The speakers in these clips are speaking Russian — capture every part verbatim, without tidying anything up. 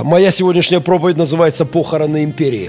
Моя сегодняшняя проповедь называется «Похороны империи».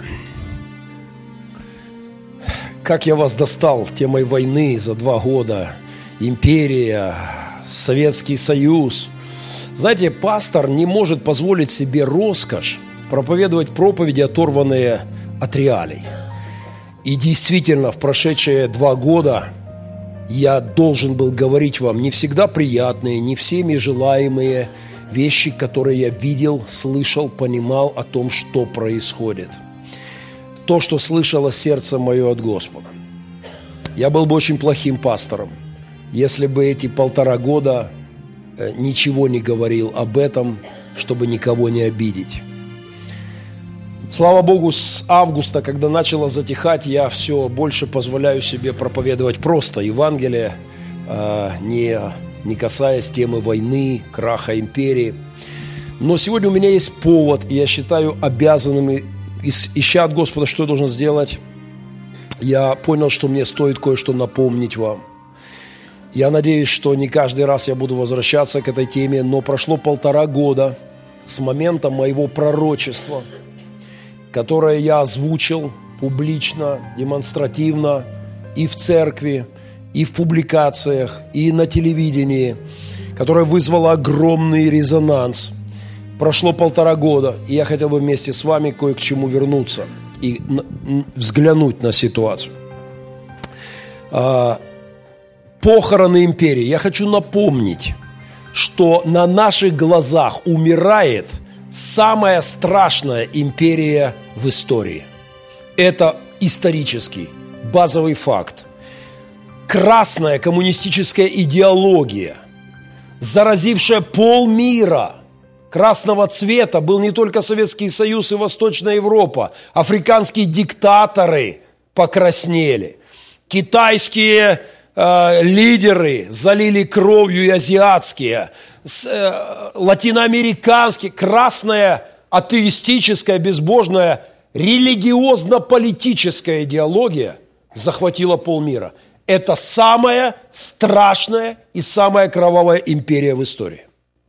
Как я вас достал темой войны за два года, империя, Советский Союз. Знаете, пастор не может позволить себе роскошь проповедовать проповеди, оторванные от реалий. И действительно, в прошедшие два года я должен был говорить вам не всегда приятные, не всеми желаемые вещи, которые я видел, слышал, понимал о том, что происходит. То, что слышало сердце мое от Господа. Я был бы очень плохим пастором, если бы эти полтора года ничего не говорил об этом, чтобы никого не обидеть. Слава Богу, с августа, когда начало затихать, я все больше позволяю себе проповедовать просто Евангелие, не, не касаясь темы войны, краха империи. Но сегодня у меня есть повод, и я считаю обязанным, ища от Господа, что я должен сделать, я понял, что мне стоит кое-что напомнить вам. Я надеюсь, что не каждый раз я буду возвращаться к этой теме, но прошло полтора года с момента моего пророчества, которое я озвучил публично, демонстративно и в церкви, и в публикациях, и на телевидении, которое вызвало огромный резонанс. Прошло полтора года, и я хотел бы вместе с вами кое к чему вернуться и взглянуть на ситуацию. Похороны империи. Я хочу напомнить, что на наших глазах умирает самая страшная империя в истории. Это исторический, базовый факт. Красная коммунистическая идеология, заразившая полмира красного цвета, был не только Советский Союз и Восточная Европа. Африканские диктаторы покраснели. Китайские э, лидеры залили кровью, и азиатские. Латиноамериканские, красная, атеистическая, безбожная, религиозно-политическая идеология захватила полмира. Это самая страшная и самая кровавая империя в истории.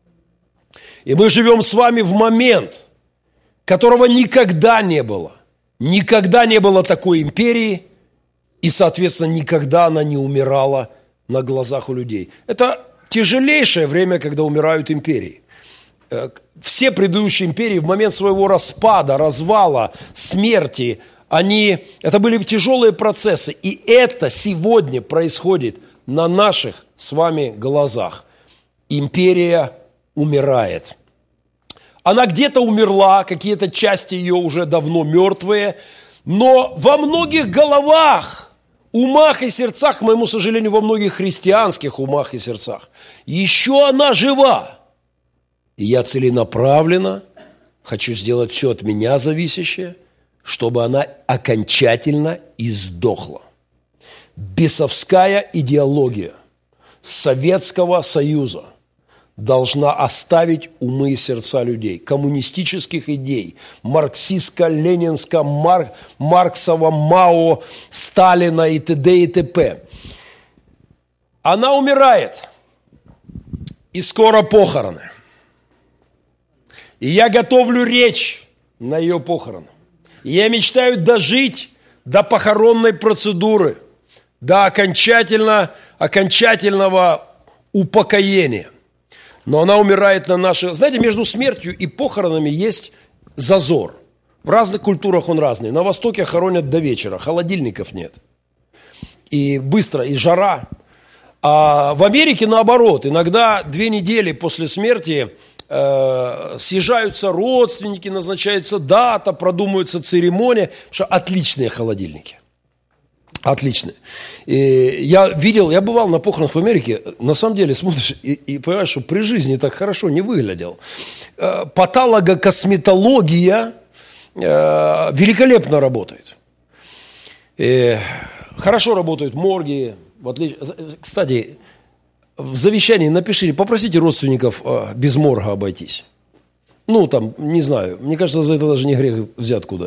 И мы живем с вами в момент, которого никогда не было. Никогда не было такой империи, и, соответственно, никогда она не умирала на глазах у людей. Это тяжелейшее время, когда умирают империи. Все предыдущие империи в момент своего распада, развала, смерти, они, это были тяжелые процессы. И это сегодня происходит на наших с вами глазах. Империя умирает. Она где-то умерла, какие-то части ее уже давно мертвые, но во многих головах, умах и сердцах, к моему сожалению, во многих христианских умах и сердцах, еще она жива. И я целенаправленно хочу сделать все от меня зависящее, чтобы она окончательно издохла. Бесовская идеология Советского Союза должна оставить умы и сердца людей. Коммунистических идей, марксистско-ленинско, Мар, Марксово, Мао, Сталина и т.д. и т.п. Она умирает, и скоро похороны. И я готовлю речь на ее похороны. И я мечтаю дожить до похоронной процедуры, до окончательно, окончательного упокоения. Но она умирает на наши... Знаете, между смертью и похоронами есть зазор. В разных культурах он разный. На Востоке хоронят до вечера, холодильников нет. И быстро, и жара. А в Америке наоборот. Иногда две недели после смерти э, съезжаются родственники, назначается дата, продумывается церемония. Потому что отличные холодильники. Отлично. И я видел, я бывал на похоронах в Америке, на самом деле смотришь и, и понимаешь, что при жизни так хорошо не выглядел. Патологокосметология великолепно работает. И хорошо работают морги. В отлич... Кстати, в завещании напишите, попросите родственников без морга обойтись. Ну, там, не знаю, мне кажется, за это даже не грех взятку дать.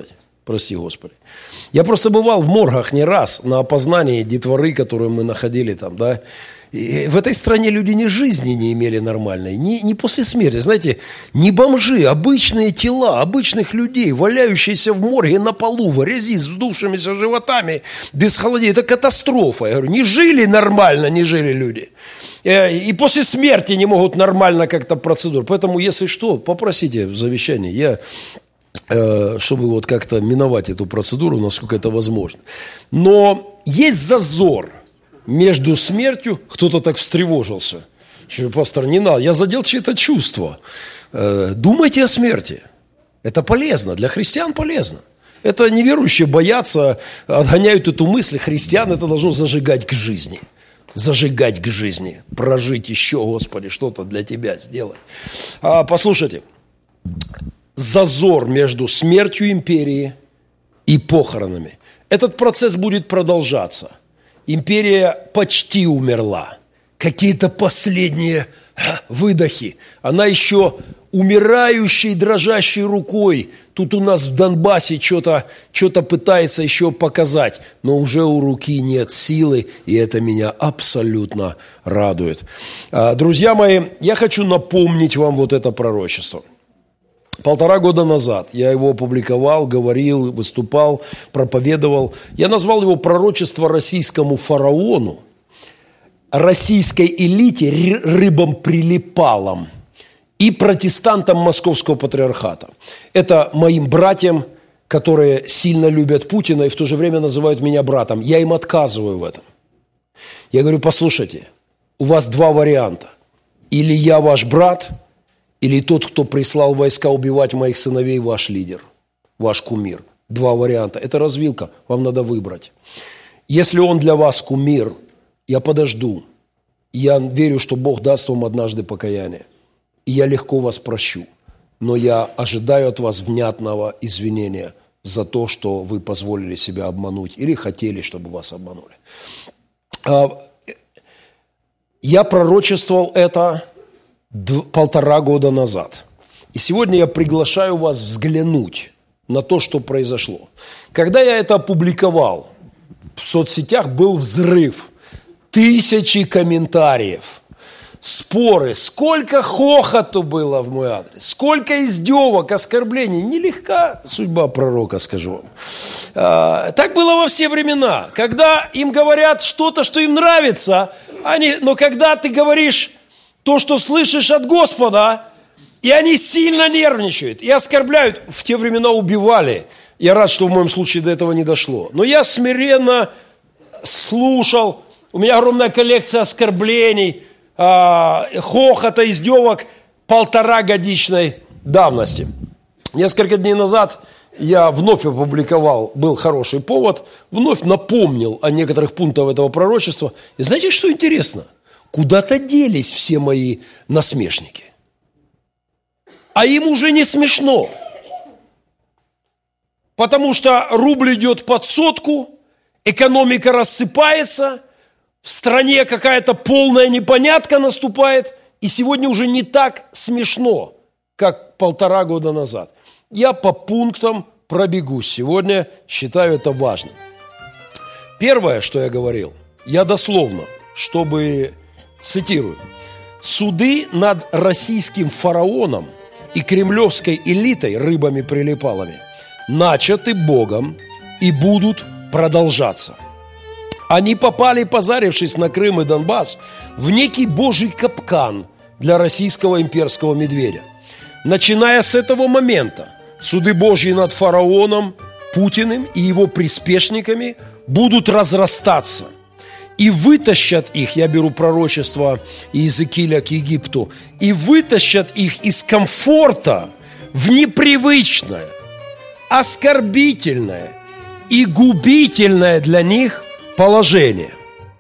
Прости, Господи. Я просто бывал в моргах не раз на опознании детворы, которую мы находили там, да. И в этой стране люди ни жизни не имели нормальной, ни, ни после смерти. Знаете, не бомжи, обычные тела, обычных людей, валяющиеся в морге на полу, в грязи, с вздувшимися животами, без холодей. Это катастрофа. Я говорю, не жили нормально, не жили люди. И после смерти не могут нормально как-то процедуру. Поэтому, если что, попросите в завещании. Я... чтобы вот как-то миновать эту процедуру, насколько это возможно. Но есть зазор между смертью, кто-то так встревожился. Пастор, не надо, я задел чьи-то чувства. Думайте о смерти. Это полезно, для христиан полезно. Это неверующие боятся, отгоняют эту мысль. Христиан это должно зажигать к жизни. Зажигать к жизни. Прожить еще, Господи, что-то для Тебя сделать. А, послушайте. Зазор между смертью империи и похоронами. Этот процесс будет продолжаться. Империя почти умерла. Какие-то последние выдохи. Она еще умирающей, дрожащей рукой. Тут у нас в Донбассе что-то, что-то пытается еще показать. Но уже у руки нет силы, и это меня абсолютно радует. Друзья мои, я хочу напомнить вам вот это пророчество. Полтора года назад я его опубликовал, говорил, выступал, проповедовал. Я назвал его «Пророчество российскому фараону», российской элите, рыбам-прилипалам и протестантам Московского патриархата. Это моим братьям, которые сильно любят Путина и в то же время называют меня братом. Я им отказываю в этом. Я говорю, послушайте, у вас два варианта. Или я ваш брат, или тот, кто прислал войска убивать моих сыновей, ваш лидер, ваш кумир. Два варианта. Это развилка. Вам надо выбрать. Если он для вас кумир, я подожду. Я верю, что Бог даст вам однажды покаяние. И я легко вас прощу. Но я ожидаю от вас внятного извинения за то, что вы позволили себя обмануть или хотели, чтобы вас обманули. Я пророчествовал это полтора года назад. И сегодня я приглашаю вас взглянуть на то, что произошло. Когда я это опубликовал, в соцсетях был взрыв. Тысячи комментариев, споры. Сколько хохоту было в мой адрес. Сколько издевок, оскорблений. Нелегка судьба пророка, скажу вам. А, так было во все времена. Когда им говорят что-то, что им нравится, они, но когда ты говоришь то, что слышишь от Господа, и они сильно нервничают и оскорбляют. В те времена убивали. Я рад, что в моем случае до этого не дошло. Но я смиренно слушал. У меня огромная коллекция оскорблений, хохота, издевок полторагодичной давности. Несколько дней назад я вновь опубликовал, был хороший повод, вновь напомнил о некоторых пунктах этого пророчества. И знаете, что интересно? Куда-то делись все мои насмешники. А им уже не смешно. Потому что рубль идет под сотку, экономика рассыпается, в стране какая-то полная непонятка наступает, и сегодня уже не так смешно, как полтора года назад. Я по пунктам пробегусь сегодня, считаю это важным. Первое, что я говорил, я дословно, чтобы... Цитирую. «Суды над российским фараоном и кремлевской элитой, рыбами-прилипалами, начаты Богом и будут продолжаться. Они попали, позарившись на Крым и Донбасс, в некий божий капкан для российского имперского медведя. Начиная с этого момента суды Божьи над фараоном, Путиным и его приспешниками будут разрастаться. И вытащат их, я беру пророчество Иезекииля к Египту, и вытащат их из комфорта в непривычное, оскорбительное и губительное для них положение.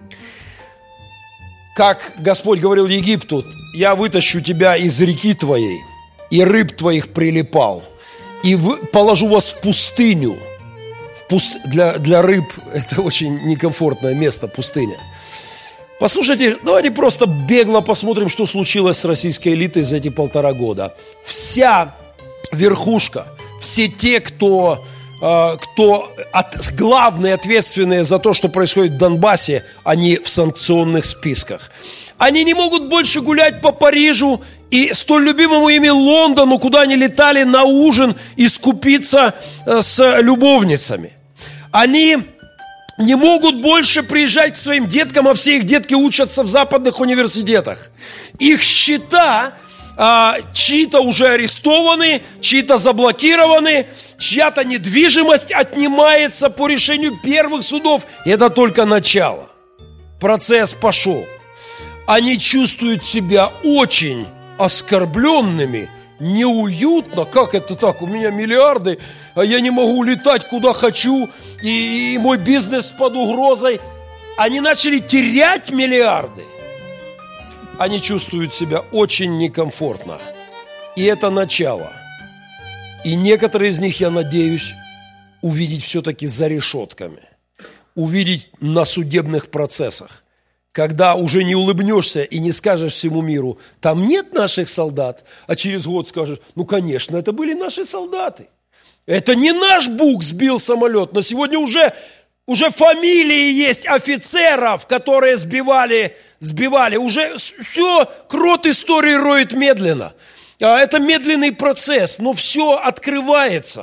Как Господь говорил Египту, я вытащу тебя из реки твоей, и рыб твоих прилипал, и положу вас в пустыню. Для, для рыб это очень некомфортное место, пустыня. Послушайте, давайте просто бегло посмотрим, что случилось с российской элитой за эти полтора года. Вся верхушка, все те, кто кто от, главные ответственные за то, что происходит в Донбассе, они в санкционных списках. Они не могут больше гулять по Парижу и столь любимому ими Лондону, куда они летали на ужин и скупиться с любовницами. Они не могут больше приезжать к своим деткам, а все их детки учатся в западных университетах. Их счета а, чьи-то уже арестованы, чьи-то заблокированы, чья-то недвижимость отнимается по решению первых судов. И это только начало. Процесс пошел. Они чувствуют себя очень оскорбленными, неуютно. Как это так? У меня миллиарды, а я не могу летать куда хочу, и, и мой бизнес под угрозой. Они начали терять миллиарды. Они чувствуют себя очень некомфортно. И это начало. И некоторые из них, я надеюсь, увидеть все-таки за решетками. Увидеть на судебных процессах. Когда уже не улыбнешься и не скажешь всему миру, там нет наших солдат, а через год скажешь, ну, конечно, это были наши солдаты. Это не наш Бук сбил самолет, но сегодня уже, уже фамилии есть офицеров, которые сбивали, сбивали. Уже все, крот истории роет медленно. Это медленный процесс, но все открывается.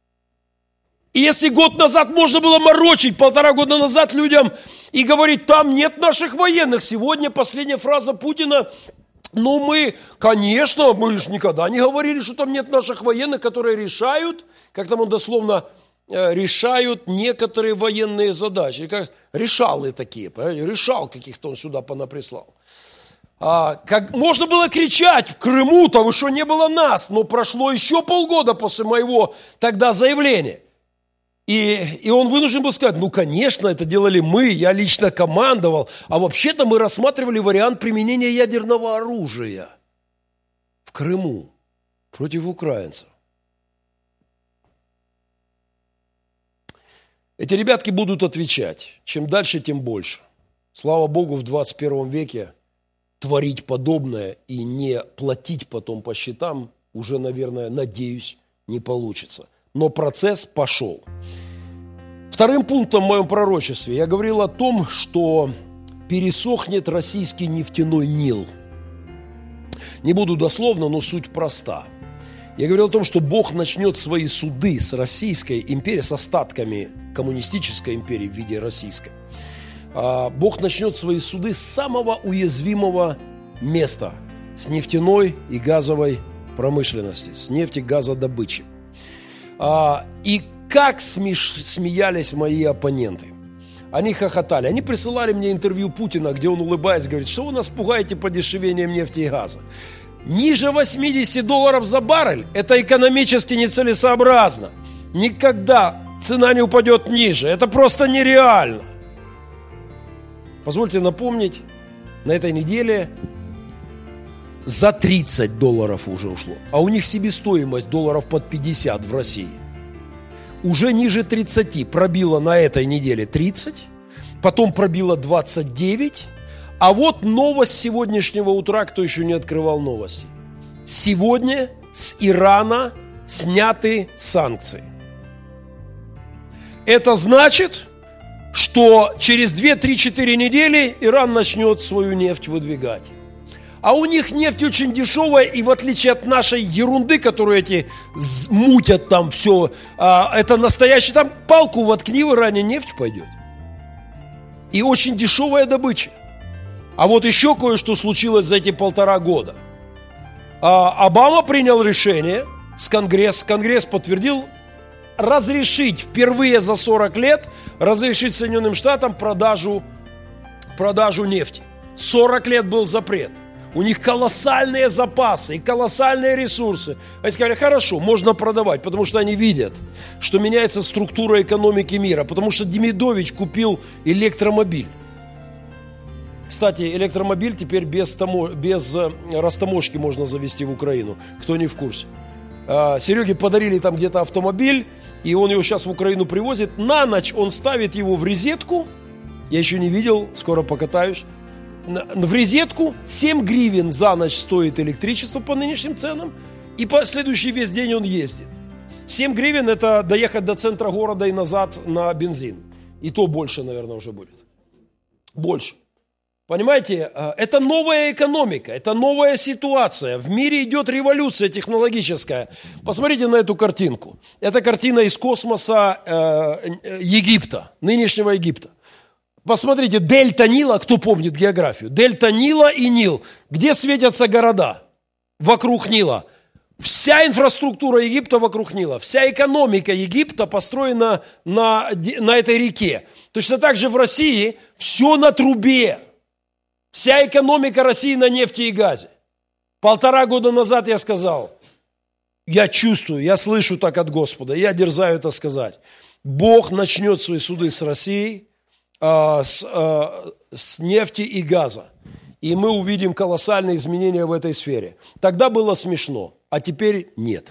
И если год назад можно было морочить, полтора года назад людям и говорить, там нет наших военных. Сегодня последняя фраза Путина, ну мы, конечно, мы же никогда не говорили, что там нет наших военных, которые решают, как там он дословно, решают некоторые военные задачи. Как решалы такие, понимаете, решал каких-то он сюда понаприслал. А, как, можно было кричать, в Крыму-то вы что, не было нас, но прошло еще полгода после моего тогда заявления. И, и он вынужден был сказать, ну, конечно, это делали мы, я лично командовал, а вообще-то мы рассматривали вариант применения ядерного оружия в Крыму против украинцев. Эти ребятки будут отвечать. Чем дальше, тем больше. Слава Богу, в двадцать первом веке творить подобное и не платить потом по счетам уже, наверное, надеюсь, не получится. Но процесс пошел. Вторым пунктом в моем пророчестве я говорил о том, что пересохнет российский нефтяной Нил. Не буду дословно, но суть проста. Я говорил о том, что Бог начнет свои суды с Российской империей, с остатками коммунистической империи в виде российской. Бог начнет свои суды с самого уязвимого места, с нефтяной и газовой промышленности, с нефтегазодобычи. И как смеш... смеялись мои оппоненты. Они хохотали. Они присылали мне интервью Путина, где он, улыбаясь, говорит, что вы нас пугаете подешевением нефти и газа. Ниже восемьдесят долларов за баррель – это экономически нецелесообразно. Никогда цена не упадет ниже. Это просто нереально. Позвольте напомнить, на этой неделе за тридцать долларов уже ушло. А у них себестоимость долларов под пятьдесят в России. Уже ниже тридцати. Пробило на этой неделе тридцать, потом пробило двадцать девять. А вот новость сегодняшнего утра, кто еще не открывал новости. Сегодня с Ирана сняты санкции. Это значит, что через две-три-четыре недели Иран начнет свою нефть выдвигать. А у них нефть очень дешевая, и в отличие от нашей ерунды, которую эти мутят там все, это настоящий, там палку воткни в Иране, нефть пойдет. И очень дешевая добыча. А вот еще кое-что случилось за эти полтора года. Обама принял решение, с Конгресс, Конгресс подтвердил, разрешить впервые за сорок лет, разрешить Соединенным Штатам продажу, продажу нефти. сорок лет был запрет. У них колоссальные запасы и колоссальные ресурсы. Они сказали, хорошо, можно продавать, потому что они видят, что меняется структура экономики мира, потому что Демидович купил электромобиль. Кстати, электромобиль теперь без, тамо, без растаможки можно завести в Украину, кто не в курсе. Сереге подарили там где-то автомобиль, и он его сейчас в Украину привозит. На ночь он ставит его в розетку, я еще не видел, скоро покатаюсь. В розетку семь гривен за ночь стоит электричество по нынешним ценам, и по следующий весь день он ездит. семь гривен – это доехать до центра города и назад на бензин. И то больше, наверное, уже будет. Больше. Понимаете, это новая экономика, это новая ситуация. В мире идет революция технологическая. Посмотрите на эту картинку. Это картина из космоса э, Египта, нынешнего Египта. Посмотрите, дельта Нила, кто помнит географию? Дельта Нила и Нил. Где светятся города? Вокруг Нила. Вся инфраструктура Египта вокруг Нила. Вся экономика Египта построена на, на этой реке. Точно так же в России все на трубе. Вся экономика России на нефти и газе. Полтора года назад я сказал, я чувствую, я слышу так от Господа, я дерзаю это сказать. Бог начнет свои суды с Россией, а, с, а, с нефти и газа. И мы увидим колоссальные изменения в этой сфере. Тогда было смешно, а теперь нет.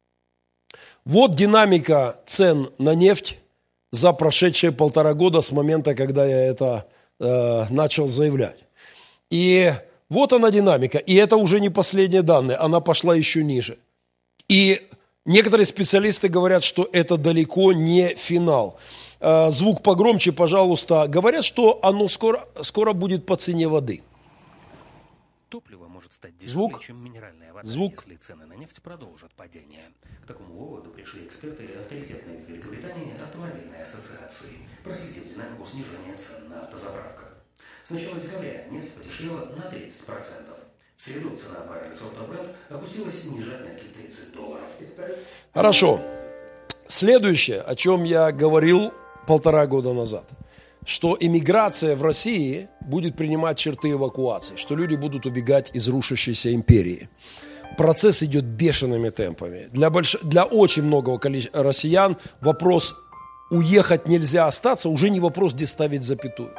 Вот динамика цен на нефть за прошедшие полтора года с момента, когда я это э, начал заявлять. И вот она динамика, и это уже не последние данные, она пошла еще ниже. И некоторые специалисты говорят, что это далеко не финал. Звук погромче, пожалуйста. Говорят, что оно скоро, скоро будет по цене воды. Топливо может стать дешевле, Звук? чем минеральная вода, Звук? если цены на нефть продолжат падение. К такому выводу пришли эксперты авторитетной в Великобритании автомобильной ассоциации, проследив динамику снижения цен на автозаправках. С начала декабря нефть подешевела на тридцать процентов. В среду цена барреля сорта Brent опустилась ниже отметки тридцать долларов. Хорошо. Следующее, о чем я говорил полтора года назад, что иммиграция в России будет принимать черты эвакуации, что люди будут убегать из рушащейся империи. Процесс идет бешеными темпами. Для, больш... Для очень многого количества россиян вопрос «уехать нельзя, остаться» уже не вопрос, где ставить запятую.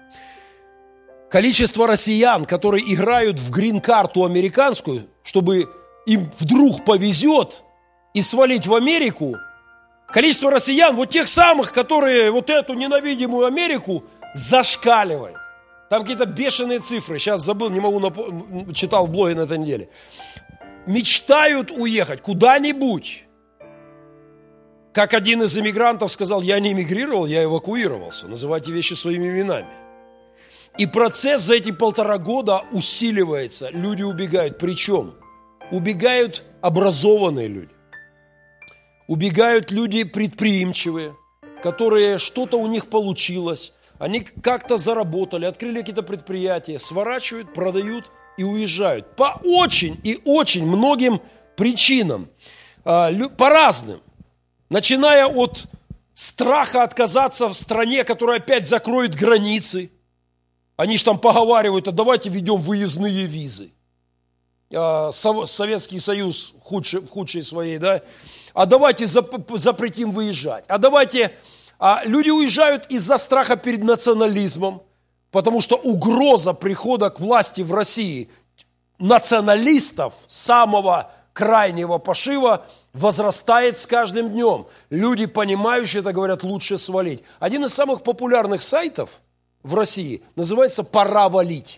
Количество россиян, которые играют в грин-карту американскую, чтобы им вдруг повезет и свалить в Америку, количество россиян, вот тех самых, которые вот эту ненавидимую Америку зашкаливают. Там какие-то бешеные цифры, сейчас забыл, не могу, нап... читал в блоге на этой неделе. Мечтают уехать куда-нибудь. Как один из иммигрантов сказал, я не эмигрировал, я эвакуировался. Называйте вещи своими именами. И процесс за эти полтора года усиливается. Люди убегают. Причем убегают образованные люди. Убегают люди предприимчивые, которые что-то у них получилось. Они как-то заработали, открыли какие-то предприятия, сворачивают, продают и уезжают. По очень и очень многим причинам. По разным. Начиная от страха отказаться в стране, которая опять закроет границы. Они же там поговаривают, а давайте введем выездные визы. Советский Союз в худшей, в худшей своей, да? А давайте запретим выезжать. А давайте... А люди уезжают из-за страха перед национализмом, потому что угроза прихода к власти в России националистов самого крайнего пошива возрастает с каждым днем. Люди, понимающие это, говорят, лучше свалить. Один из самых популярных сайтов в России называется «Пора валить».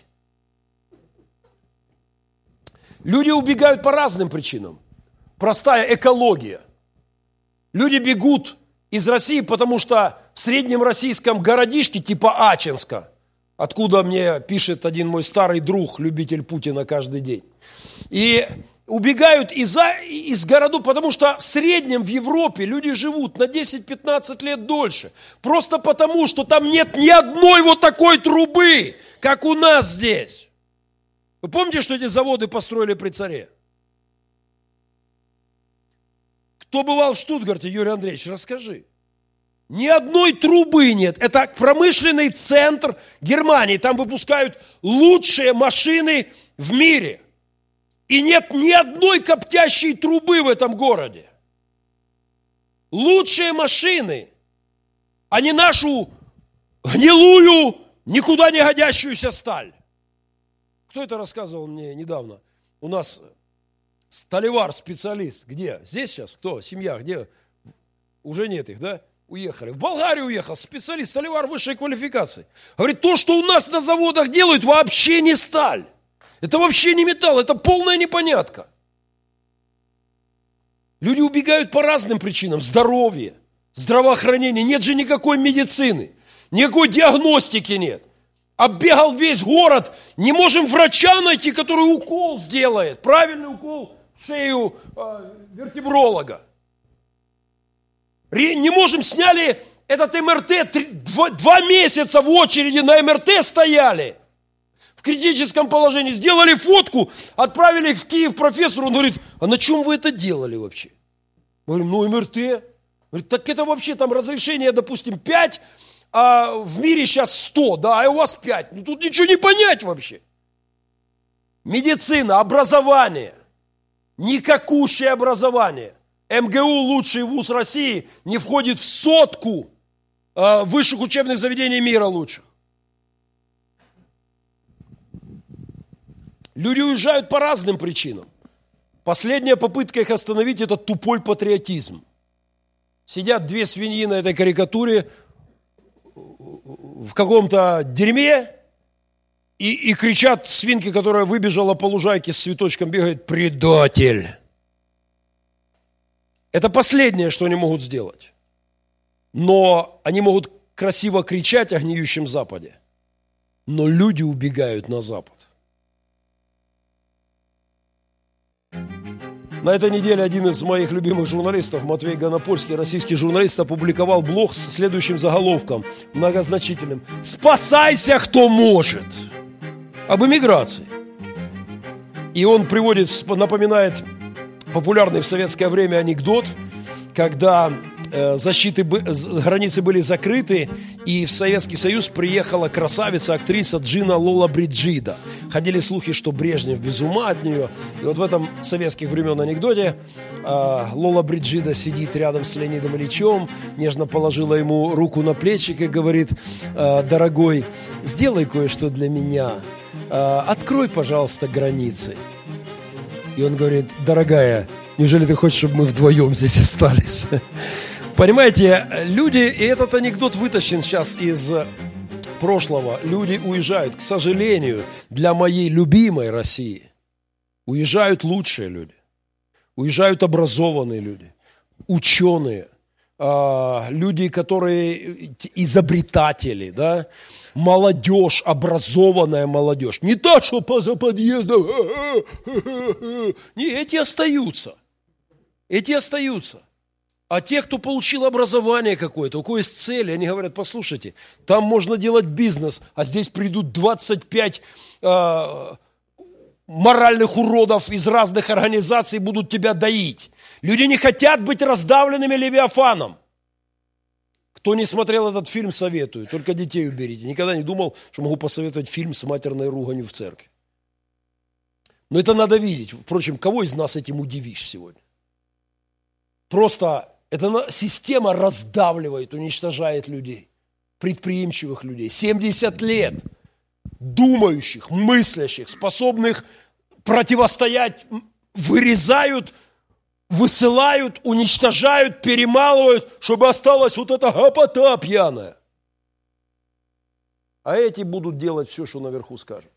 Люди убегают по разным причинам. Простая экология. Люди бегут из России, потому что в среднем российском городишке типа Ачинска, откуда мне пишет один мой старый друг, любитель Путина каждый день, и убегают из, из городов, потому что в среднем в Европе люди живут на десять-пятнадцать лет дольше. Просто потому, что там нет ни одной вот такой трубы, как у нас здесь. Вы помните, что эти заводы построили при царе? Кто бывал в Штутгарте, Юрий Андреевич, расскажи. Ни одной трубы нет. Это промышленный центр Германии. Там выпускают лучшие машины в мире. И нет ни одной коптящей трубы в этом городе. Лучшие машины, а не нашу гнилую, никуда не годящуюся сталь. Кто это рассказывал мне недавно? У нас сталевар, специалист. Где? Здесь сейчас? Кто? Семья? Где? Уже нет их, да? Уехали. В Болгарию уехал специалист, сталевар высшей квалификации. Говорит, то, что у нас на заводах делают, вообще не сталь. Это вообще не металл, это полная непонятка. Люди убегают по разным причинам. Здоровье, здравоохранение. Нет же никакой медицины, никакой диагностики нет. Оббегал весь город, не можем врача найти, который укол сделает. Правильный укол в шею э, вертебролога. Не можем, сняли этот эм эр тэ, три, два, два месяца в очереди на эм эр тэ стояли. В критическом положении. Сделали фотку, отправили их в Киев профессору. Он говорит, а на чем вы это делали вообще? Мы говорим, ну эм эр тэ. Говорит, так это вообще там разрешение, допустим, пять, а в мире сейчас сто, да, а у вас пять. Ну тут ничего не понять вообще. Медицина, образование. Никакущее образование. эм гэ у, лучший вуз России, не входит в сотку э, высших учебных заведений мира лучших. Люди уезжают по разным причинам. Последняя попытка их остановить – это тупой патриотизм. Сидят две свиньи на этой карикатуре в каком-то дерьме и, и кричат свинки, которая выбежала по лужайке с цветочком, бегает: «Предатель!» Это последнее, что они могут сделать. Но они могут красиво кричать о гниющем Западе. Но люди убегают на Запад. На этой неделе один из моих любимых журналистов, Матвей Гонопольский, российский журналист, опубликовал блог с следующим заголовком, многозначительным: «Спасайся, кто может!» Об эмиграции. И он приводит, напоминает популярный в советское время анекдот, когда э, защиты, границы были закрыты, и в Советский Союз приехала красавица, актриса Джина Лоллобриджида. Ходили слухи, что Брежнев без ума от нее. И вот в этом советских времен анекдоте э, Лоллобриджида сидит рядом с Леонидом Ильичем, нежно положила ему руку на плечик и говорит: э, «Дорогой, сделай кое-что для меня. Э, открой, пожалуйста, границы». И он говорит: «Дорогая, неужели ты хочешь, чтобы мы вдвоем здесь остались?» Понимаете, люди, и этот анекдот вытащен сейчас из прошлого, люди уезжают, к сожалению, для моей любимой России. Уезжают лучшие люди, уезжают образованные люди, ученые, люди, которые изобретатели, да? Молодежь, образованная молодежь. Не та, что за подъездом. Не, эти остаются. Эти остаются. А те, кто получил образование какое-то, у кого есть цели, они говорят: послушайте, там можно делать бизнес, а здесь придут двадцать пять э, моральных уродов из разных организаций, будут тебя доить. Люди не хотят быть раздавленными левиафаном. Кто не смотрел этот фильм, советую. Только детей уберите. Никогда не думал, что могу посоветовать фильм с матерной руганью в церкви. Но это надо видеть. Впрочем, кого из нас этим удивишь сегодня? Просто эта система раздавливает, уничтожает людей. Предприимчивых людей. семьдесят лет думающих, мыслящих, способных противостоять, вырезают, высылают, уничтожают, перемалывают, чтобы осталась вот эта гопота пьяная. А эти будут делать все, что наверху скажут.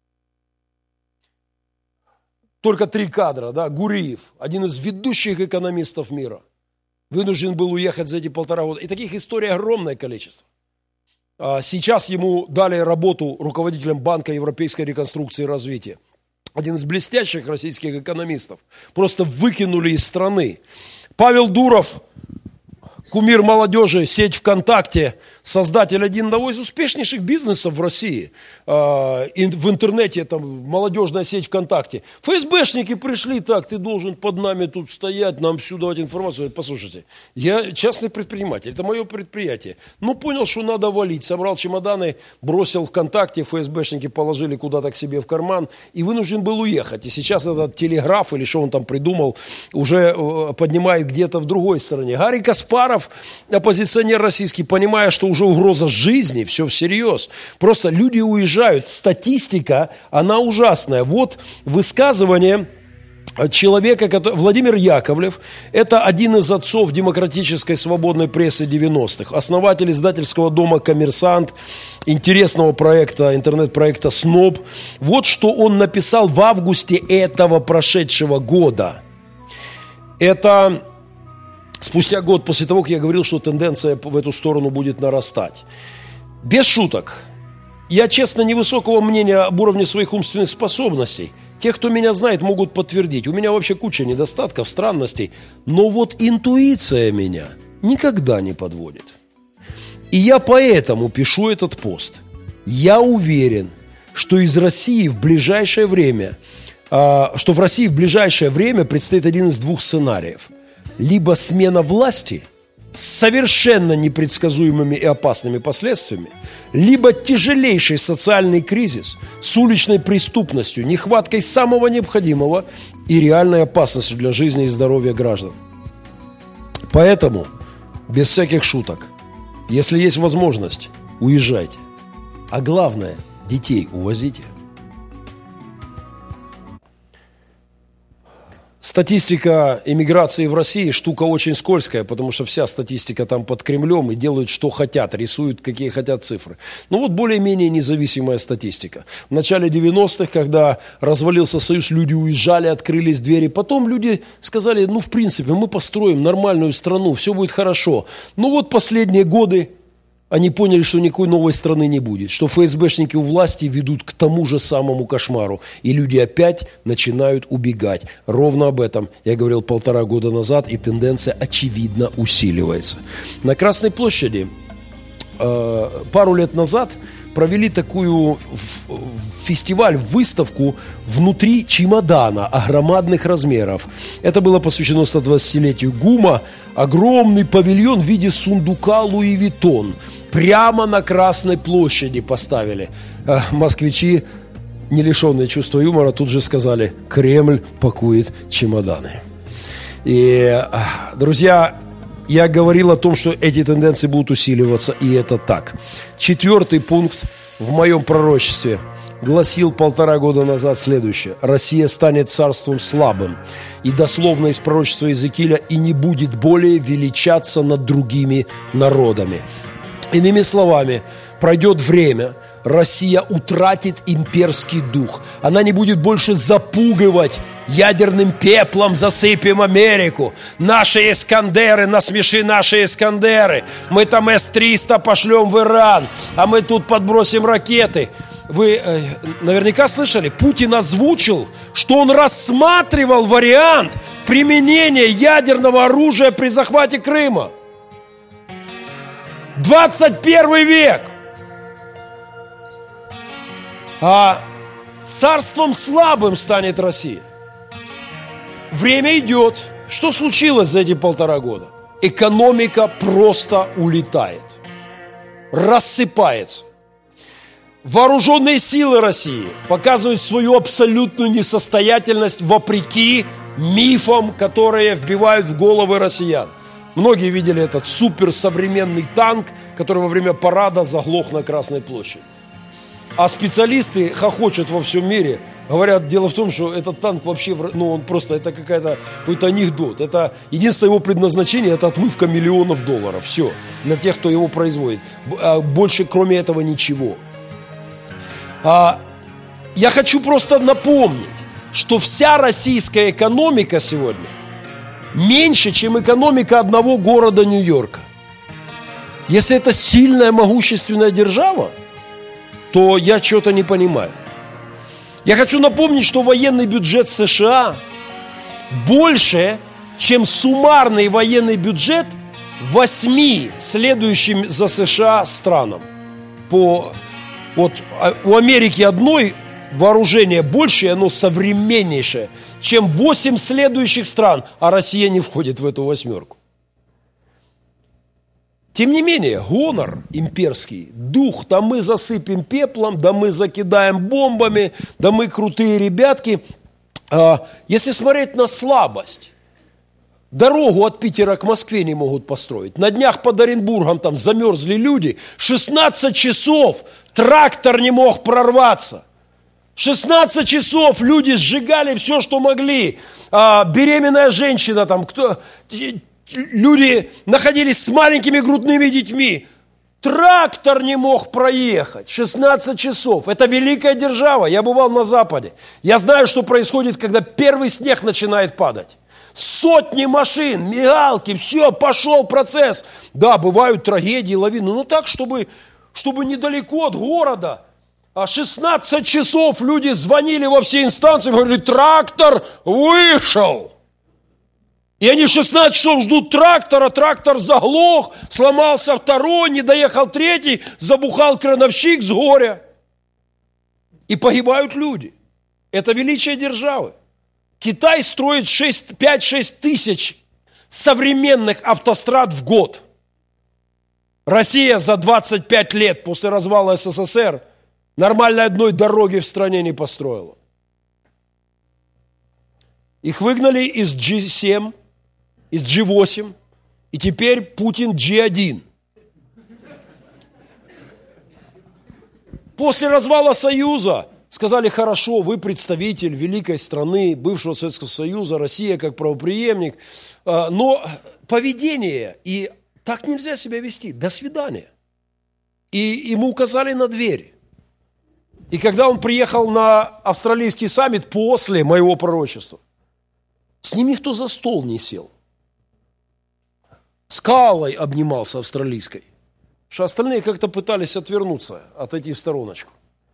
Только три кадра, да, Гуриев, один из ведущих экономистов мира, вынужден был уехать за эти полтора года. И таких историй огромное количество. Сейчас ему дали работу руководителем Банка европейской реконструкции и развития. Один из блестящих российских экономистов. Просто выкинули из страны. Павел Дуров, кумир молодежи, сеть ВКонтакте, создатель одного из успешнейших бизнесов в России. В интернете, там, молодежная сеть ВКонтакте. ФСБшники пришли: так, ты должен под нами тут стоять, нам всю давать информацию. Послушайте, я частный предприниматель, это мое предприятие. Ну, понял, что надо валить. Собрал чемоданы, бросил ВКонтакте, ФСБшники положили куда-то к себе в карман и вынужден был уехать. И сейчас этот телеграф, или что он там придумал, уже поднимает где-то в другой стороне. Гарри Каспаров, оппозиционер российский, понимая, что уже угроза жизни, все всерьез. Просто люди уезжают. Статистика, она ужасная. Вот высказывание человека, который, Владимир Яковлев, это один из отцов демократической свободной прессы девяностых, основатель издательского дома «Коммерсант», интересного проекта, интернет-проекта «СНОБ». Вот что он написал в августе этого прошедшего года. Это спустя год после того, как я говорил, что тенденция в эту сторону будет нарастать. Без шуток. Я, честно, невысокого мнения об уровне своих умственных способностей. Те, кто меня знает, могут подтвердить. У меня вообще куча недостатков, странностей. Но вот интуиция меня никогда не подводит. И я поэтому пишу этот пост. Я уверен, что из России в ближайшее время, что в России в ближайшее время предстоит один из двух сценариев. Либо смена власти с совершенно непредсказуемыми и опасными последствиями, либо тяжелейший социальный кризис с уличной преступностью, нехваткой самого необходимого и реальной опасностью для жизни и здоровья граждан. Поэтому, без всяких шуток, если есть возможность, уезжайте. А главное, детей увозите. Статистика эмиграции в России штука очень скользкая, потому что вся статистика там под Кремлем и делают, что хотят, рисуют, какие хотят цифры. Ну вот более-менее независимая статистика. В начале девяностых, когда развалился Союз, люди уезжали, открылись двери. Потом люди сказали, ну в принципе, мы построим нормальную страну, все будет хорошо. Ну вот последние годы они поняли, что никакой новой страны не будет, что ФСБшники у власти ведут к тому же самому кошмару, и люди опять начинают убегать. Ровно об этом я говорил полтора года назад, и тенденция очевидно усиливается. На Красной площади э, пару лет назад провели такую фестиваль, выставку внутри чемодана громадных размеров. Это было посвящено сто двадцатилетию ГУМа. Огромный павильон в виде сундука Луи Виттон прямо на Красной площади поставили. Москвичи, не лишенные чувства юмора, тут же сказали: Кремль пакует чемоданы. И, друзья, я говорил о том, что эти тенденции будут усиливаться, и это так. Четвертый пункт в моем пророчестве гласил полтора года назад следующее: Россия станет царством слабым, и дословно из пророчества Иезекииля, и не будет более величаться над другими народами. Иными словами, пройдет время, Россия утратит имперский дух. Она не будет больше запугивать ядерным пеплом, засыпем Америку. Наши Искандеры, насмеши наши Искандеры. Мы там эс триста пошлем в Иран, а мы тут подбросим ракеты. Вы э, наверняка слышали, Путин озвучил, что он рассматривал вариант применения ядерного оружия при захвате Крыма. двадцать первый век. А царством слабым станет Россия. Время идет. Что случилось за эти полтора года? Экономика просто улетает, рассыпается. Вооруженные силы России показывают свою абсолютную несостоятельность вопреки мифам, которые вбивают в головы россиян. Многие видели этот суперсовременный танк, который во время парада заглох на Красной площади. А специалисты хохочут во всем мире. Говорят, дело в том, что этот танк вообще, ну он просто, это какая-то, какой-то анекдот. Это единственное его предназначение, это отмывка миллионов долларов. Все, для тех, кто его производит. Больше кроме этого ничего. А, я хочу просто напомнить, что вся российская экономика сегодня меньше, чем экономика одного города Нью-Йорка. Если это сильная, могущественная держава, то я что-то не понимаю. Я хочу напомнить, что военный бюджет США больше, чем суммарный военный бюджет восьми следующим за США странам. По, вот, у Америки одной вооружение больше, и оно современнейшее, чем восемь следующих стран, а Россия не входит в эту восьмерку. Тем не менее, гонор имперский, дух, да мы засыпем пеплом, да мы закидаем бомбами, да мы крутые ребятки. Если смотреть на слабость, дорогу от Питера к Москве не могут построить. На днях под Оренбургом там замерзли люди, шестнадцать часов трактор не мог прорваться. шестнадцать часов люди сжигали все, что могли. Беременная женщина там, кто... Люди находились с маленькими грудными детьми. Трактор не мог проехать. шестнадцать часов. Это великая держава. Я бывал на Западе. Я знаю, что происходит, когда первый снег начинает падать. Сотни машин, мигалки, все, пошел процесс. Да, бывают трагедии, лавины, но так, чтобы, чтобы недалеко от города. А шестнадцать часов люди звонили во все инстанции, говорили, трактор вышел. И они шестнадцать часов ждут трактора, трактор заглох, сломался второй, не доехал третий, забухал крановщик с горя. И погибают люди. Это величие державы. Китай строит пять-шесть тысяч современных автострад в год. Россия за двадцать пять лет после развала СССР нормальной одной дороги в стране не построила. Их выгнали из джи семь, из джи восемь, и теперь Путин джи один. После развала Союза сказали, хорошо, вы представитель великой страны, бывшего Советского Союза, Россия как правопреемник, но поведение, и так нельзя себя вести, до свидания. И ему указали на дверь. И когда он приехал на австралийский саммит после моего пророчества, с ним никто за стол не сел. Скалой обнимался австралийской. Потому что остальные как-то пытались отвернуться, отойти в стороночку.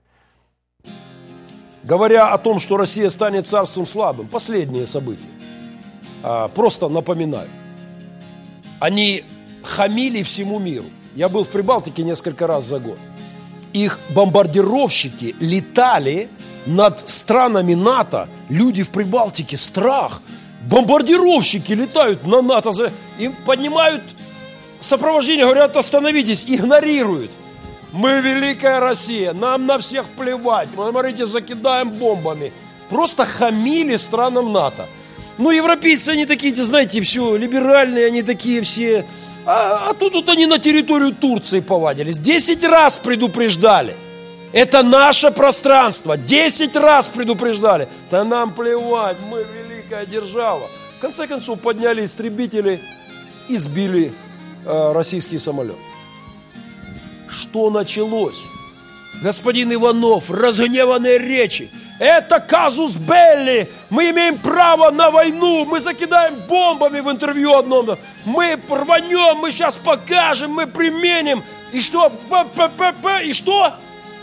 Говоря о том, что Россия станет царством слабым, последнее событие. Просто напоминаю. Они хамили всему миру. Я был в Прибалтике несколько раз за год. Их бомбардировщики летали над странами НАТО. Люди в Прибалтике, страх. Бомбардировщики летают на НАТО. Им поднимают сопровождение, говорят, остановитесь, игнорируют. Мы великая Россия, нам на всех плевать. Мы, смотрите, закидаем бомбами. Просто хамили странам НАТО. Ну, европейцы, они такие, знаете, все, либеральные, они такие все. А, а тут вот они на территорию Турции повадились. Десять раз предупреждали. Это наше пространство. Десять раз предупреждали. Да нам плевать, мы великая держава. В конце концов, подняли истребители и сбили э, российский самолет. Что началось? Господин Иванов, разгневанные речи. Это казус белли. Мы имеем право на войну. Мы закидаем бомбами в интервью одном. Мы рванем, мы сейчас покажем, мы применим. И что? Б-п-п-п. И что?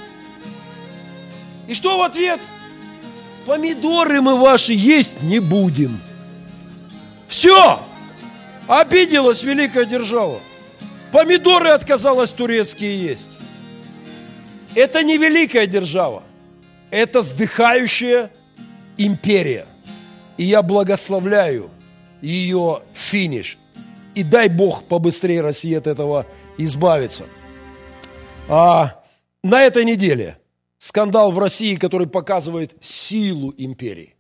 И что в ответ? Помидоры мы ваши есть не будем. Все. Обиделась великая держава. Помидоры отказалась турецкие есть. Это не великая держава. Это сдыхающая империя. И я благословляю ее финиш. И дай Бог побыстрее России от этого избавиться. А на этой неделе скандал в России, который показывает силу империи.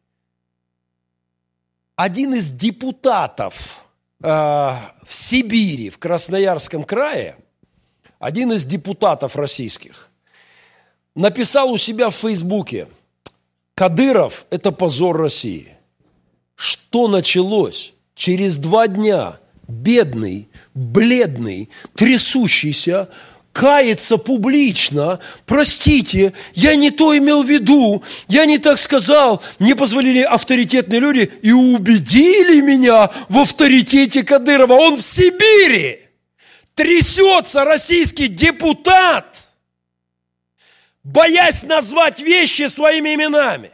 Один из депутатов э, в Сибири, в Красноярском крае, один из депутатов российских, написал у себя в Фейсбуке: Кадыров – это позор России. Что началось? Через два дня бедный, бледный, трясущийся, кается публично: простите, я не то имел в виду, я не так сказал, мне позвонили авторитетные люди и убедили меня в авторитете Кадырова. Он в Сибири, трясется российский депутат, боясь назвать вещи своими именами.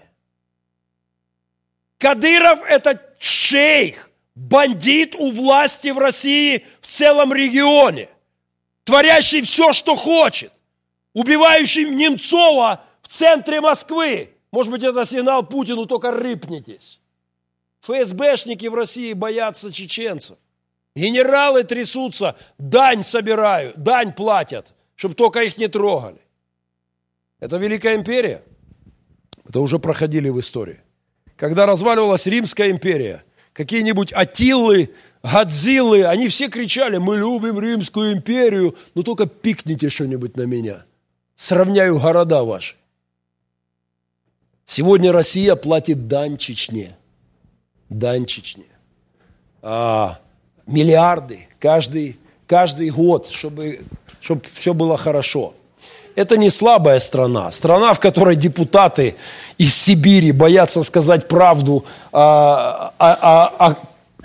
Кадыров – это шейх, бандит у власти в России в целом регионе, творящий все, что хочет, убивающий Немцова в центре Москвы. Может быть, это сигнал Путину, только рыпнитесь. ФСБшники в России боятся чеченцев. Генералы трясутся, дань собирают, дань платят, чтобы только их не трогали. Это Великая империя. Это уже проходили в истории. Когда разваливалась Римская империя, какие-нибудь Аттилы, Годзиллы, они все кричали: мы любим Римскую империю, но только пикните что-нибудь на меня. Сравняю города ваши. Сегодня Россия платит дань Чечне. Дань Чечне. А, миллиарды каждый, каждый год, чтобы, чтобы все было хорошо. Это не слабая страна. Страна, в которой депутаты из Сибири боятся сказать правду о, о, о, о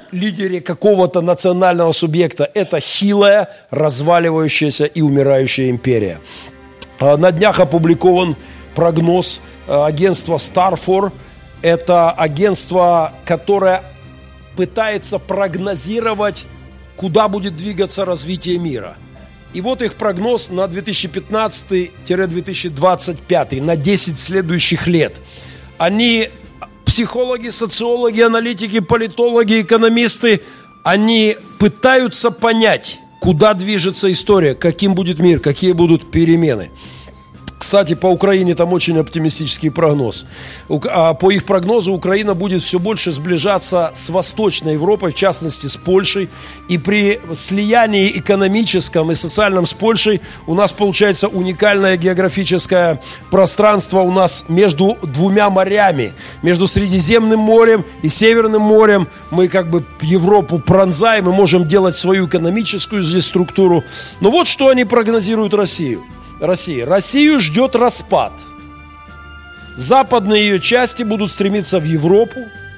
лидере какого-то национального субъекта. Это хилая, разваливающаяся и умирающая империя. На днях опубликован прогноз агентства Starfor. Это агентство, которое пытается прогнозировать, куда будет двигаться развитие мира. И вот их прогноз на две тысячи пятнадцатый — две тысячи двадцать пятый, на десять следующих лет. Они, психологи, социологи, аналитики, политологи, экономисты, они пытаются понять, куда движется история, каким будет мир, какие будут перемены. Кстати, по Украине там очень оптимистический прогноз. По их прогнозу Украина будет все больше сближаться с Восточной Европой, в частности с Польшей. И при слиянии экономическом и социальном с Польшей у нас получается уникальное географическое пространство у нас между двумя морями. Между Средиземным морем и Северным морем. Мы как бы Европу пронзаем и можем делать свою экономическую здесь структуру. Но вот что они прогнозируют Россию. Россия. Россию ждет распад. Западные ее части будут стремиться в Европу,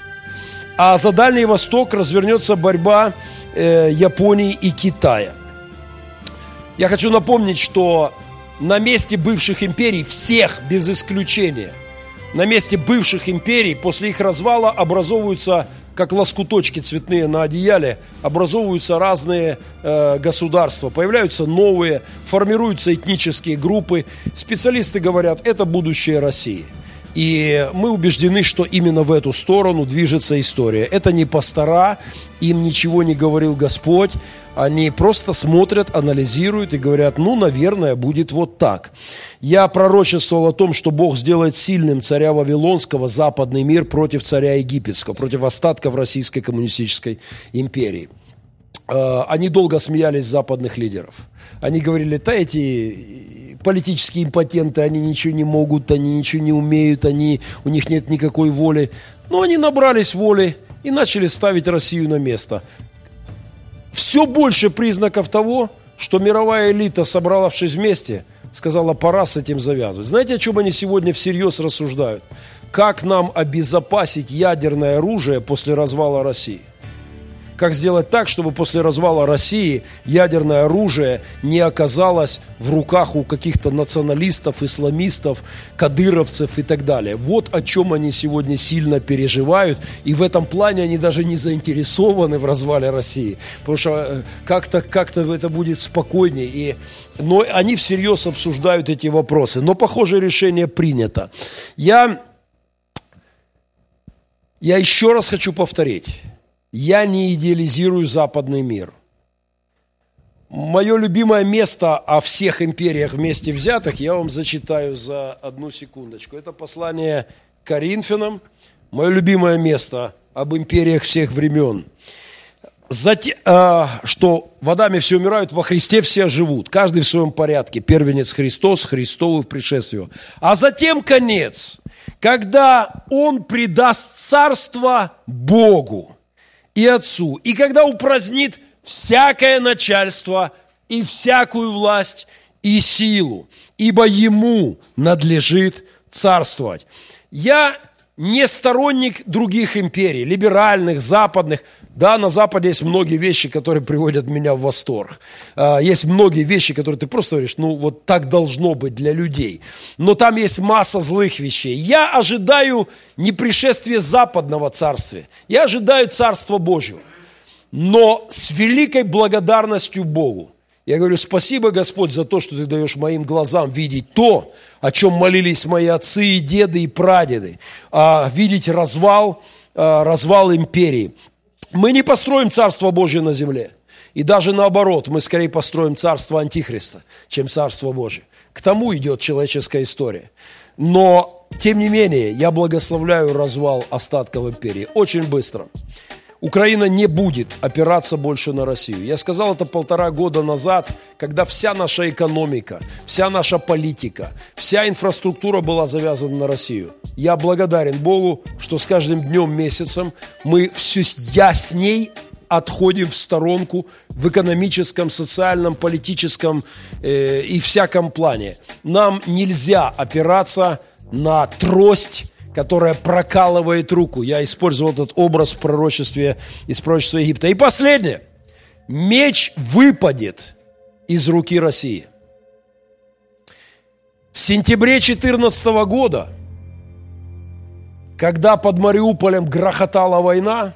а за Дальний Восток развернется борьба э, Японии и Китая. Я хочу напомнить, что на месте бывших империй, всех без исключения, на месте бывших империй после их развала образовываются, как лоскуточки цветные на одеяле, образовываются разные э, государства, появляются новые, формируются этнические группы. Специалисты говорят, это будущее России. И мы убеждены, что именно в эту сторону движется история. Это не пастора, им ничего не говорил Господь. Они просто смотрят, анализируют и говорят, ну, наверное, будет вот так. Я пророчествовал о том, что Бог сделает сильным царя Вавилонского, западный мир, против царя Египетского, против остатков Российской коммунистической империи. Они долго смеялись с западных лидеров. Они говорили, да эти политические импотенты, они ничего не могут, они ничего не умеют, они, у них нет никакой воли. Но они набрались воли и начали ставить Россию на место. Все больше признаков того, что мировая элита, собравшись вместе, сказала, пора с этим завязывать. Знаете, о чем они сегодня всерьез рассуждают? Как нам обезопасить ядерное оружие после развала России? Как сделать так, чтобы после развала России ядерное оружие не оказалось в руках у каких-то националистов, исламистов, кадыровцев и так далее. Вот о чем они сегодня сильно переживают. И в этом плане они даже не заинтересованы в развале России. Потому что как-то, как-то это будет спокойнее. И... Но они всерьез обсуждают эти вопросы. Но, похоже, решение принято. Я, Я еще раз хочу повторить. Я не идеализирую западный мир. Мое любимое место о всех империях вместе взятых я вам зачитаю за одну секундочку. Это послание к Коринфянам. Мое любимое место об империях всех времен. Затем, а, что в Адаме все умирают, во Христе все живут. Каждый в своем порядке. Первенец Христос, Христовы в пришествии. А затем конец, когда Он предаст царство Богу и Отцу, и когда упразднит всякое начальство и всякую власть и силу, ибо Ему надлежит царствовать. Я не сторонник других империй, либеральных, западных. Да, на Западе есть многие вещи, которые приводят меня в восторг. Есть многие вещи, которые ты просто говоришь, ну вот так должно быть для людей. Но там есть масса злых вещей. Я ожидаю не пришествия западного царствия. Я ожидаю Царства Божьего. Но с великой благодарностью Богу. Я говорю, спасибо, Господь, за то, что Ты даешь моим глазам видеть то, о чем молились мои отцы и деды и прадеды. А, видеть развал, а, развал империи. Мы не построим Царство Божье на земле. И даже наоборот, мы скорее построим Царство Антихриста, чем Царство Божье. К тому идет человеческая история. Но, тем не менее, я благословляю развал остатков империи. Очень быстро. Украина не будет опираться больше на Россию. Я сказал это полтора года назад, когда вся наша экономика, вся наша политика, вся инфраструктура была завязана на Россию. Я благодарен Богу, что с каждым днем, месяцем мы все, я с ней отходим в сторонку в экономическом, социальном, политическом э, и всяком плане. Нам нельзя опираться на трость которая прокалывает руку. Я использовал этот образ в пророчестве из пророчества Египта. И последнее. Меч выпадет из руки России. В сентябре две тысячи четырнадцатого года, когда под Мариуполем грохотала война,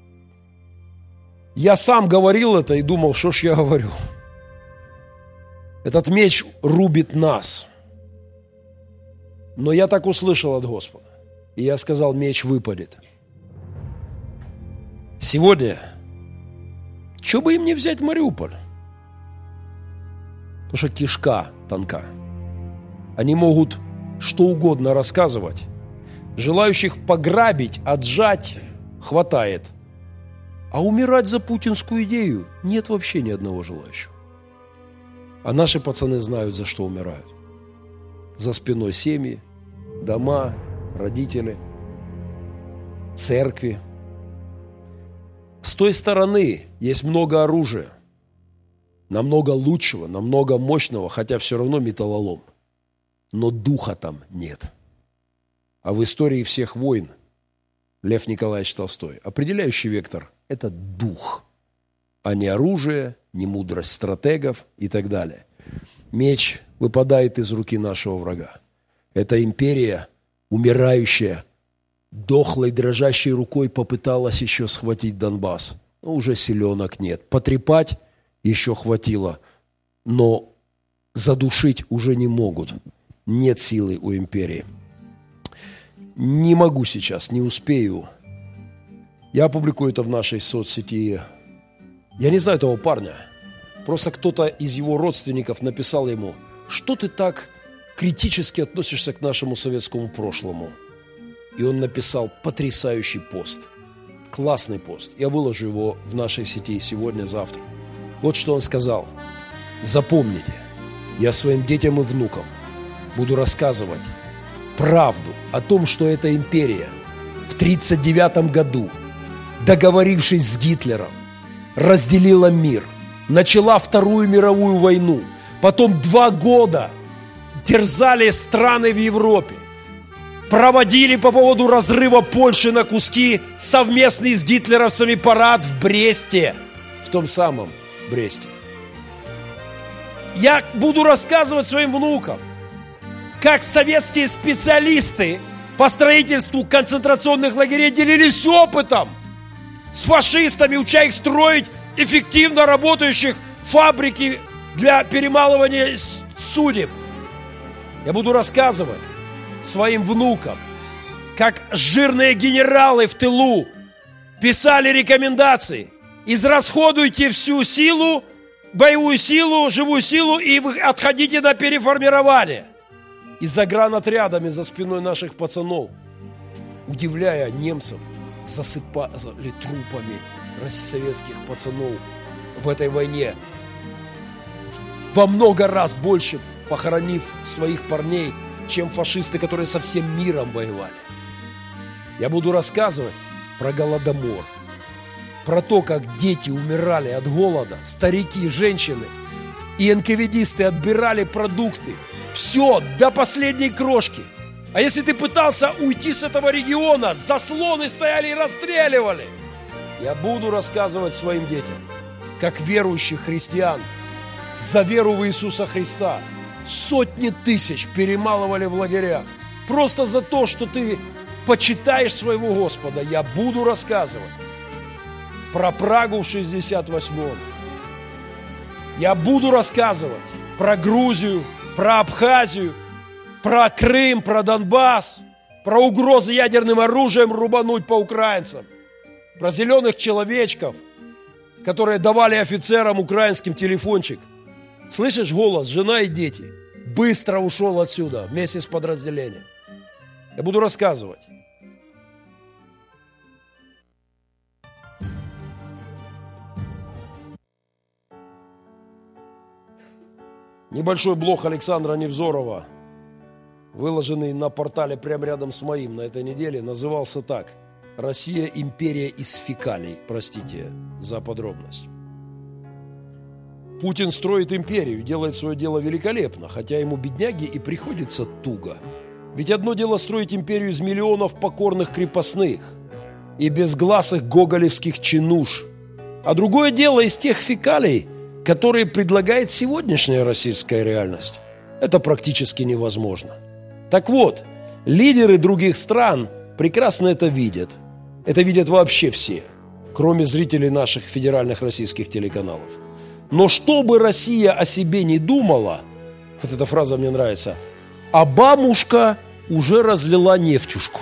я сам говорил это и думал, что ж я говорю. Этот меч рубит нас. Но я так услышал от Господа. И я сказал, меч выпадет. Сегодня, что бы им не взять Мариуполь? Потому что кишка тонка. Они могут что угодно рассказывать. Желающих пограбить, отжать хватает. А умирать за путинскую идею нет вообще ни одного желающего. А наши пацаны знают, за что умирают. За спиной семьи, дома, родители, церкви. С той стороны есть много оружия. Намного лучшего, намного мощного, хотя все равно металлолом. Но духа там нет. А в истории всех войн Лев Николаевич Толстой определяющий вектор – это дух, а не оружие, не мудрость стратегов и так далее. Меч выпадает из руки нашего врага. Эта империя, умирающая, дохлой, дрожащей рукой попыталась еще схватить Донбасс. Но уже силенок нет. Потрепать еще хватило, но задушить уже не могут. Нет силы у империи. Не могу сейчас, не успею. Я опубликую это в нашей соцсети. Я не знаю этого парня. Просто кто-то из его родственников написал ему, что ты так критически относишься к нашему советскому прошлому. И он написал потрясающий пост. Классный пост. Я выложу его в нашей сети сегодня-завтра. Вот что он сказал. Запомните, я своим детям и внукам буду рассказывать правду о том, что эта империя в тридцать девятом году, договорившись с Гитлером, разделила мир, начала Вторую мировую войну, потом два года терзали страны в Европе, проводили по поводу разрыва Польши на куски совместный с гитлеровцами парад в Бресте, в том самом Бресте. Я буду рассказывать своим внукам, как советские специалисты по строительству концентрационных лагерей делились опытом с фашистами, уча их строить эффективно работающих фабрики для перемалывания судеб. Я буду рассказывать своим внукам, как жирные генералы в тылу писали рекомендации: израсходуйте всю силу, боевую силу, живую силу и отходите на переформирование. И загранотрядами за спиной наших пацанов, удивляя немцев, засыпали трупами советских пацанов в этой войне, во много раз больше похоронив своих парней, чем фашисты, которые со всем миром воевали. Я буду рассказывать про Голодомор, про то, как дети умирали от голода, старики, женщины и эн ка вэ дисты отбирали продукты. Все, до последней крошки. А если ты пытался уйти с этого региона, заслоны стояли и расстреливали. Я буду рассказывать своим детям, как верующих христиан за веру в Иисуса Христа сотни тысяч перемалывали в лагерях. Просто за то, что ты почитаешь своего Господа. Я буду рассказывать про Прагу в шестьдесят восьмом. Я буду рассказывать про Грузию, про Абхазию, про Крым, про Донбасс, про угрозы ядерным оружием рубануть по украинцам, про зеленых человечков, которые давали офицерам украинским телефончик. Слышишь голос, жена и дети? Быстро ушел отсюда вместе с подразделением. Я буду рассказывать. Небольшой блог Александра Невзорова, выложенный на портале прямо рядом с моим на этой неделе, назывался так: «Россия – империя из фекалий». Простите за подробность. Путин строит империю, делает свое дело великолепно, хотя ему, бедняге, и приходится туго. Ведь одно дело строить империю из миллионов покорных крепостных и безгласых гоголевских чинуш, а другое дело из тех фекалий, которые предлагает сегодняшняя российская реальность. Это практически невозможно. Так вот, лидеры других стран прекрасно это видят. Это видят вообще все, кроме зрителей наших федеральных российских телеканалов. Но что бы Россия о себе не думала, вот эта фраза мне нравится, а бабушка уже разлила нефтюшку.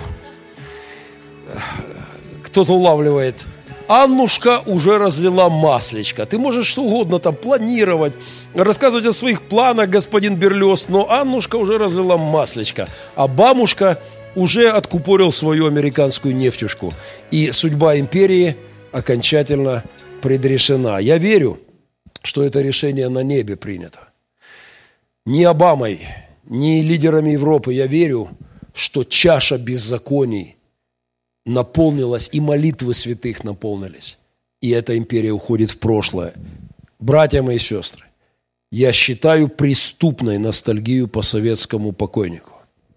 Кто-то улавливает, Аннушка уже разлила маслечко. Ты можешь что угодно там планировать, рассказывать о своих планах, господин Берлиоз, но Аннушка уже разлила маслечко, а бабушка уже откупорил свою американскую нефтюшку. И судьба империи окончательно предрешена. Я верю, что это решение на небе принято. Ни Обамой, ни лидерами Европы. Я верю, что чаша беззаконий наполнилась, и молитвы святых наполнились. И эта империя уходит в прошлое. Братья мои и сестры, я считаю преступной ностальгию по советскому покойнику.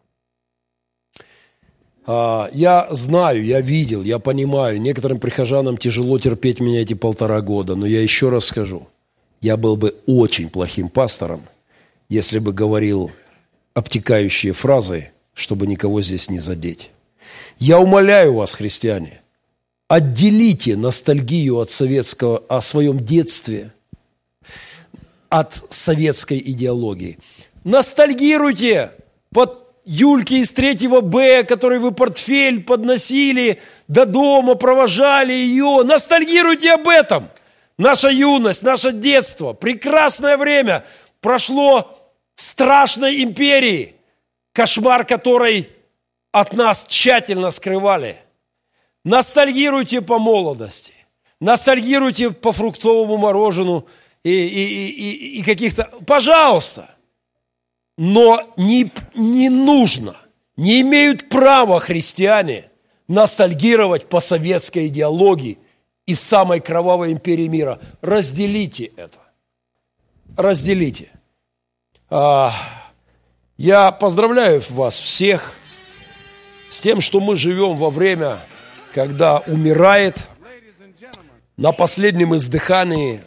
Я знаю, я видел, я понимаю, некоторым прихожанам тяжело терпеть меня эти полтора года, но я еще раз скажу, я был бы очень плохим пастором, если бы говорил обтекающие фразы, чтобы никого здесь не задеть. Я умоляю вас, христиане, отделите ностальгию от советского, о своем детстве, от советской идеологии. Ностальгируйте под Юльки из третьего Б, которой вы портфель подносили до дома, провожали ее. Ностальгируйте об этом. Наша юность, наше детство, прекрасное время прошло в страшной империи, кошмар которой от нас тщательно скрывали. Ностальгируйте по молодости, ностальгируйте по фруктовому мороженому и, и, и, и каких-то... Пожалуйста! Но не, не нужно, не имеют права христиане ностальгировать по советской идеологии и самой кровавой империи мира. Разделите это. Разделите. А, я поздравляю вас всех с тем, что мы живем во время, когда умирает на последнем издыхании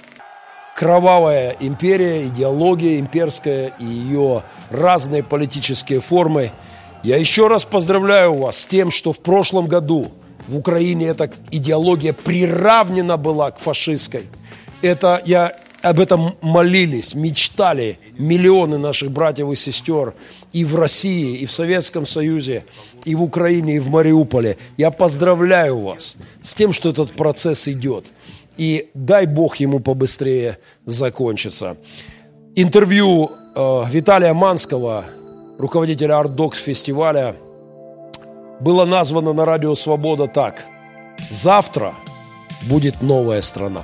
кровавая империя, идеология имперская и ее разные политические формы. Я еще раз поздравляю вас с тем, что в прошлом году в Украине эта идеология приравнена была к фашистской. Это, я, об этом молились, мечтали миллионы наших братьев и сестер и в России, и в Советском Союзе, и в Украине, и в Мариуполе. Я поздравляю вас с тем, что этот процесс идет. И дай Бог ему побыстрее закончиться. Интервью э, Виталия Манского, руководителя Art-Docs фестиваля, было названо на радио «Свобода» так: «Завтра будет новая страна».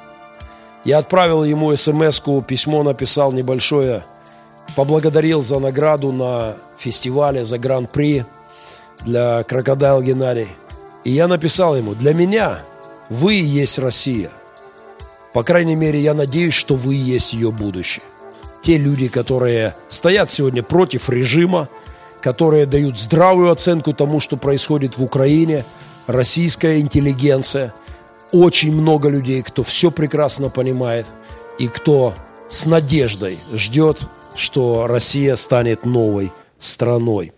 Я отправил ему смс-ку, письмо написал небольшое, поблагодарил за награду на фестивале, за гран-при для Крокодайл Геннадий. И я написал ему: для меня вы и есть Россия. По крайней мере, я надеюсь, что вы и есть ее будущее. Те люди, которые стоят сегодня против режима, которые дают здравую оценку тому, что происходит в Украине, российская интеллигенция, очень много людей, кто все прекрасно понимает и кто с надеждой ждет, что Россия станет новой страной.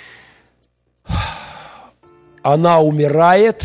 Она умирает.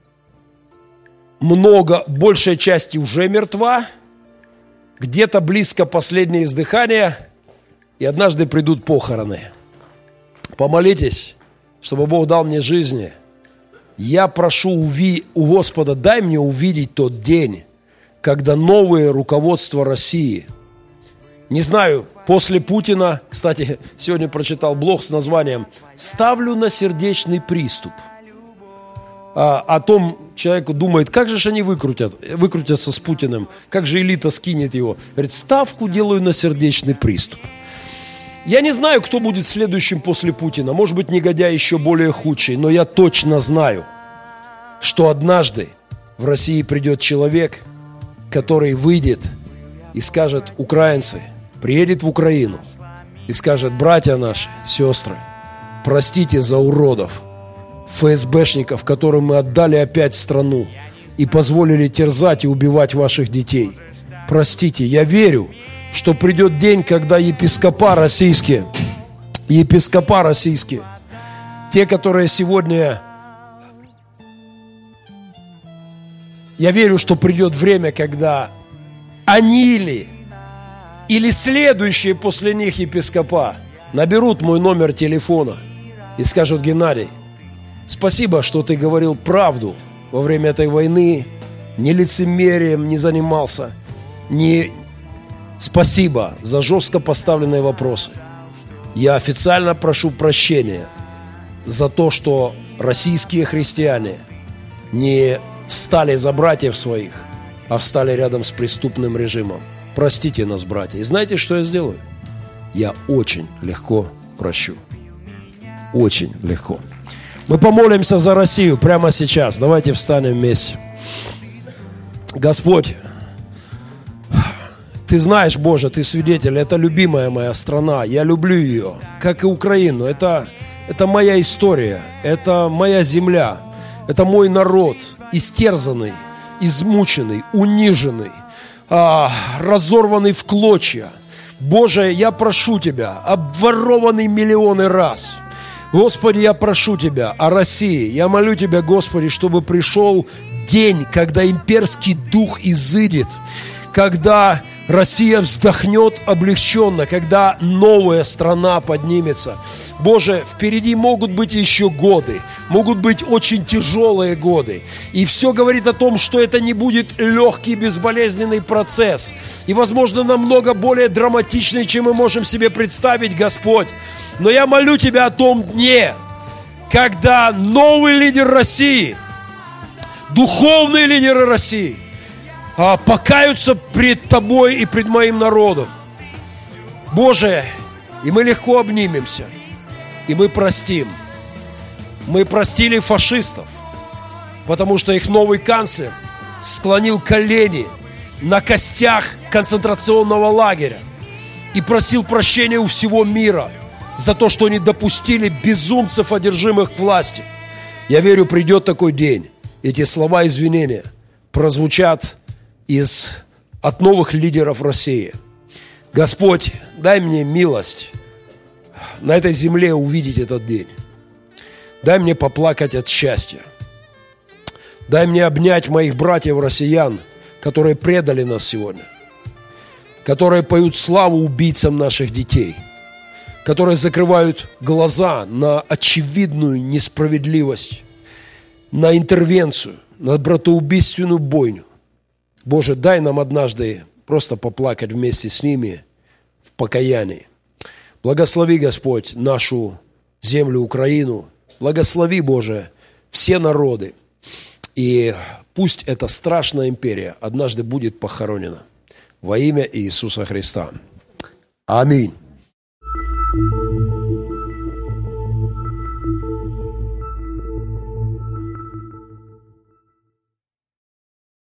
Много, большая часть уже мертва, где-то близко последнее издыхание, и однажды придут похороны. Помолитесь, чтобы Бог дал мне жизни. Я прошу уви... у Господа, дай мне увидеть тот день, когда новое руководство России, не знаю, после Путина, кстати, сегодня прочитал блог с названием «Ставлю на сердечный приступ». А, о том человеку думает, как же они выкрутят, выкрутятся с Путиным, как же элита скинет его. Говорит, ставку делаю на сердечный приступ. Я не знаю, кто будет следующим после Путина. Может быть, негодяй еще более худший. Но я точно знаю, что однажды в России придет человек, который выйдет и скажет: украинцы, приедет в Украину и скажет: братья наши, сестры, Простите за уродов, ФСБшников, которым мы отдали опять страну и позволили терзать и убивать ваших детей. Простите, я верю, что придет день, когда епископа российские, епископа российские, те, которые сегодня... Я верю, что придет время, когда они или, или следующие после них епископа наберут мой номер телефона и скажут: Геннадий, спасибо, что ты говорил правду во время этой войны, ни лицемерием не занимался, не... Спасибо за жестко поставленные вопросы. Я официально прошу прощения за то, что российские христиане не встали за братьев своих, а встали рядом с преступным режимом. Простите нас, братья. И знаете, что я сделаю? Я очень легко прощу. Очень легко. Мы помолимся за Россию прямо сейчас. Давайте встанем вместе. Господь, Ты знаешь, Боже, Ты свидетель, это любимая моя страна, я люблю ее, как и Украину. Это, это моя история, это моя земля, это мой народ, истерзанный, измученный, униженный, а, разорванный в клочья. Боже, я прошу Тебя, обворованный миллионы раз. Господи, я прошу Тебя о России. Я молю Тебя, Господи, чтобы пришел день, когда имперский дух изыдет, когда Россия вздохнет облегченно, когда новая страна поднимется. Боже, впереди могут быть еще годы, могут быть очень тяжелые годы. И все говорит о том, что это не будет легкий, безболезненный процесс. И, возможно, намного более драматичный, чем мы можем себе представить, Господь. Но я молю Тебя о том дне, когда новый лидер России, духовные лидеры России покаются пред Тобой и пред моим народом. Боже, и мы легко обнимемся, и мы простим. Мы простили фашистов, потому что их новый канцлер склонил колени на костях концентрационного лагеря и просил прощения у всего мира за то, что они допустили безумцев, одержимых к власти. Я верю, придет такой день. Эти слова извинения прозвучат из, от новых лидеров России. Господь, дай мне милость на этой земле увидеть этот день. Дай мне поплакать от счастья. Дай мне обнять моих братьев-россиян, которые предали нас сегодня, которые поют славу убийцам наших детей, которые закрывают глаза на очевидную несправедливость, на интервенцию, на братоубийственную бойню. Боже, дай нам однажды просто поплакать вместе с ними в покаянии. Благослови, Господь, нашу землю, Украину. Благослови, Боже, все народы. И пусть эта страшная империя однажды будет похоронена. Во имя Иисуса Христа. Аминь.